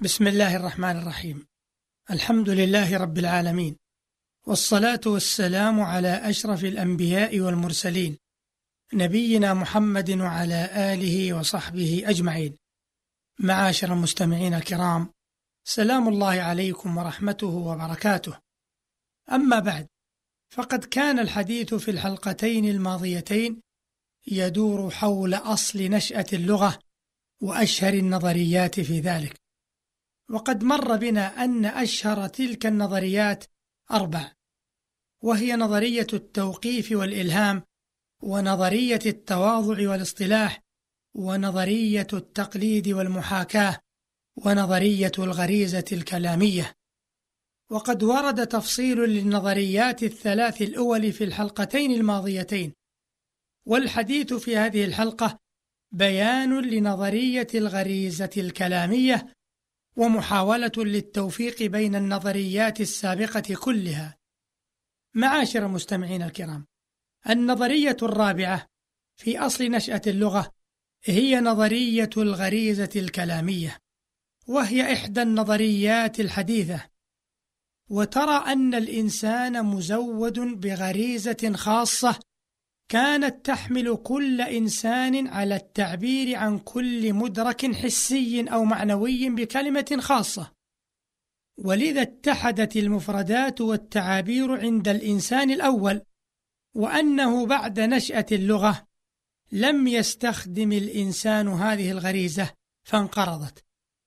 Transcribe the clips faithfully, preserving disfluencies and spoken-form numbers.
بسم الله الرحمن الرحيم. الحمد لله رب العالمين، والصلاة والسلام على أشرف الأنبياء والمرسلين، نبينا محمد وعلى آله وصحبه أجمعين. معاشر المستمعين الكرام، سلام الله عليكم ورحمته وبركاته. أما بعد، فقد كان الحديث في الحلقتين الماضيتين يدور حول أصل نشأة اللغة وأشهر النظريات في ذلك، وقد مر بنا أن أشهر تلك النظريات أربع، وهي نظرية التوقيف والإلهام، ونظرية التواضع والاصطلاح، ونظرية التقليد والمحاكاة، ونظرية الغريزة الكلامية. وقد ورد تفصيل للنظريات الثلاث الأول في الحلقتين الماضيتين، والحديث في هذه الحلقة بيان لنظرية الغريزة الكلامية، ومحاولة للتوفيق بين النظريات السابقة كلها. معاشر المستمعين الكرام، النظرية الرابعة في أصل نشأة اللغة هي نظرية الغريزة الكلامية، وهي إحدى النظريات الحديثة، وترى أن الإنسان مزود بغريزة خاصة كانت تحمل كل إنسان على التعبير عن كل مدرك حسي أو معنوي بكلمة خاصة، ولذا اتحدت المفردات والتعابير عند الإنسان الأول، وأنه بعد نشأة اللغة لم يستخدم الإنسان هذه الغريزة فانقرضت.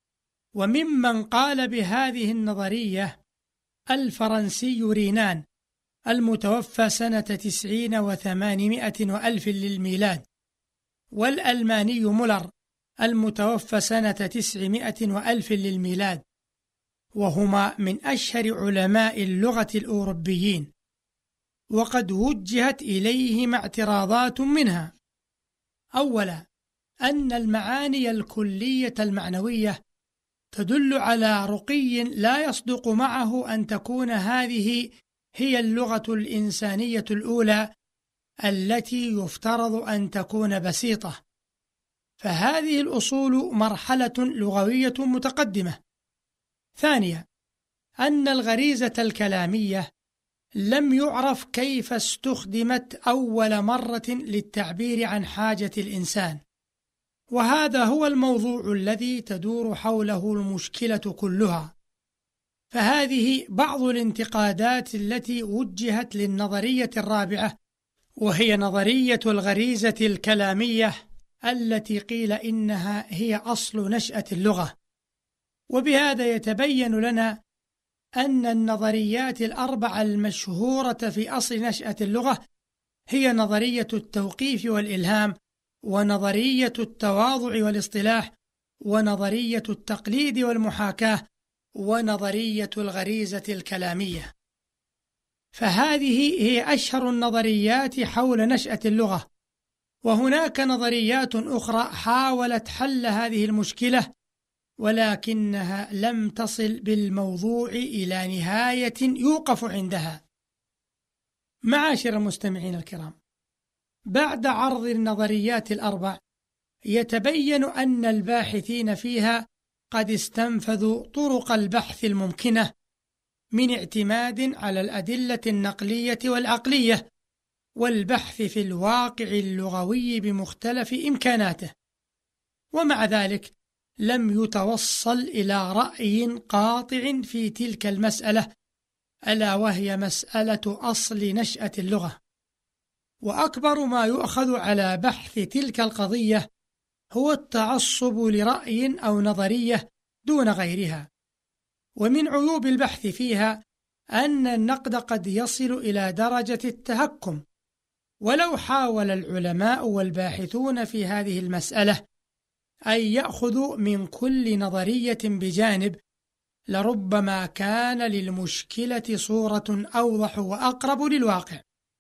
وممن قال بهذه النظرية الفرنسي رينان المتوفى سنة تسعين وثمانمائة وألف للميلاد، والألماني مولر المتوفى سنة تسعمائة وألف للميلاد، وهما من أشهر علماء اللغة الأوروبيين، وقد وجهت إليهما اعتراضات، منها: أولا، أن المعاني الكلية المعنوية تدل على رقي لا يصدق معه أن تكون هذه هي اللغة الإنسانية الأولى التي يفترض أن تكون بسيطة، فهذه الأصول مرحلة لغوية متقدمة. ثانيا، أن الغريزة الكلامية لم يعرف كيف استخدمت أول مرة للتعبير عن حاجة الإنسان، وهذا هو الموضوع الذي تدور حوله المشكلة كلها. فهذه بعض الانتقادات التي وجهت للنظرية الرابعة، وهي نظرية الغريزة الكلامية التي قيل إنها هي أصل نشأة اللغة. وبهذا يتبين لنا أن النظريات الأربع المشهورة في أصل نشأة اللغة هي نظرية التوقيف والإلهام، ونظرية التواضع والاصطلاح، ونظرية التقليد والمحاكاة، ونظرية الغريزة الكلامية. فهذه هي أشهر النظريات حول نشأة اللغة، وهناك نظريات أخرى حاولت حل هذه المشكلة، ولكنها لم تصل بالموضوع إلى نهاية يوقف عندها. معاشر المستمعين الكرام، بعد عرض النظريات الأربع يتبين أن الباحثين فيها قد استنفذوا طرق البحث الممكنة من اعتماد على الأدلة النقلية والعقلية، والبحث في الواقع اللغوي بمختلف إمكاناته، ومع ذلك لم يتوصل إلى رأي قاطع في تلك المسألة، ألا وهي مسألة أصل نشأة اللغة. وأكبر ما يؤخذ على بحث تلك القضية هو التعصب لرأي أو نظرية دون غيرها. ومن عيوب البحث فيها أن النقد قد يصل إلى درجة التهكم، ولو حاول العلماء والباحثون في هذه المسألة أن يأخذوا من كل نظرية بجانب، لربما كان للمشكلة صورة أوضح وأقرب للواقع.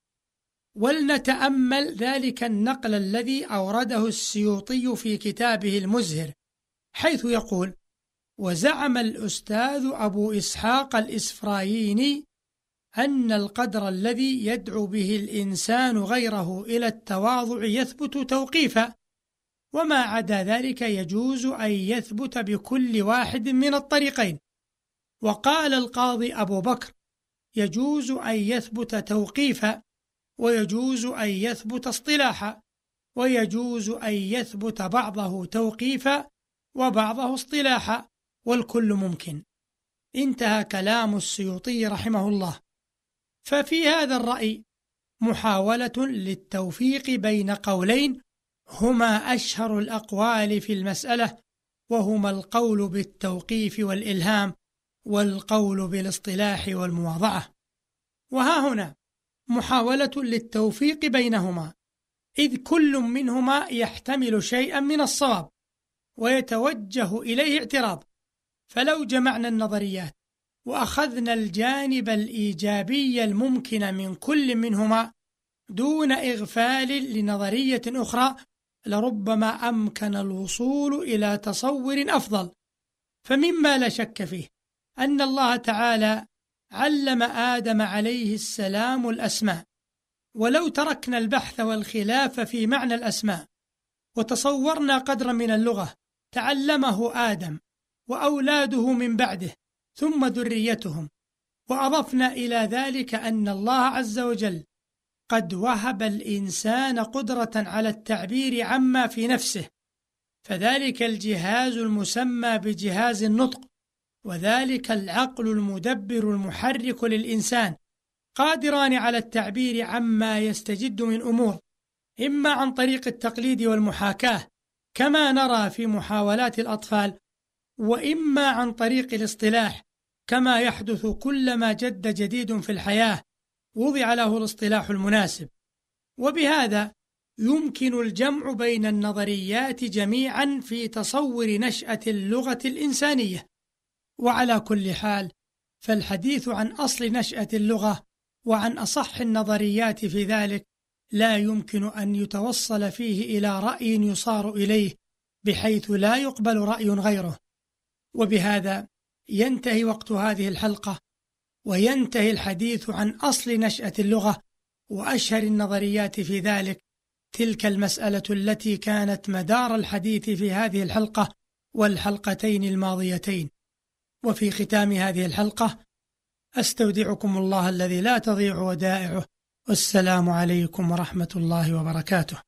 ولنتأمل ذلك النقل الذي أورده السيوطي في كتابه المزهر، حيث يقول: وزعم الأستاذ أبو إسحاق الإسفرايني أن القدر الذي يدعو به الإنسان غيره إلى التواضع يثبت توقيفا، وما عدا ذلك يجوز أن يثبت بكل واحد من الطريقين. وقال القاضي أبو بكر: يجوز أن يثبت توقيفا، ويجوز أن يثبت اصطلاحا، ويجوز أن يثبت بعضه توقيفا وبعضه اصطلاحا، والكل ممكن. انتهى كلام السيوطي رحمه الله. ففي هذا الرأي محاولة للتوفيق بين قولين هما أشهر الأقوال في المسألة، وهما القول بالتوقيف والإلهام، والقول بالاصطلاح والمواضعة. وها هنا محاولة للتوفيق بينهما، إذ كل منهما يحتمل شيئا من الصواب ويتوجه إليه اعتراض. فلو جمعنا النظريات وأخذنا الجانب الإيجابي الممكن من كل منهما دون إغفال لنظرية أخرى، لربما أمكن الوصول إلى تصور أفضل. فمما لا شك فيه أن الله تعالى علم آدم عليه السلام الأسماء، ولو تركنا البحث والخلاف في معنى الأسماء وتصورنا قدرا من اللغة تعلمه آدم وأولاده من بعده ثم ذريتهم، وأضفنا إلى ذلك أن الله عز وجل قد وهب الإنسان قدرة على التعبير عما في نفسه، فذلك الجهاز المسمى بجهاز النطق، وذلك العقل المدبر المحرك للإنسان، قادران على التعبير عما يستجد من أمور، إما عن طريق التقليد والمحاكاة كما نرى في محاولات الأطفال، وإما عن طريق الاصطلاح كما يحدث كلما جد جديد في الحياة وضع له الاصطلاح المناسب. وبهذا يمكن الجمع بين النظريات جميعا في تصور نشأة اللغة الإنسانية. وعلى كل حال فالحديث عن أصل نشأة اللغة وعن أصح النظريات في ذلك لا يمكن أن يتوصل فيه إلى رأي يصار إليه بحيث لا يقبل رأي غيره. وبهذا ينتهي وقت هذه الحلقة، وينتهي الحديث عن أصل نشأة اللغة وأشهر النظريات في ذلك، تلك المسألة التي كانت مدار الحديث في هذه الحلقة والحلقتين الماضيتين. وفي ختام هذه الحلقة أستودعكم الله الذي لا تضيع ودائعه، والسلام عليكم ورحمة الله وبركاته.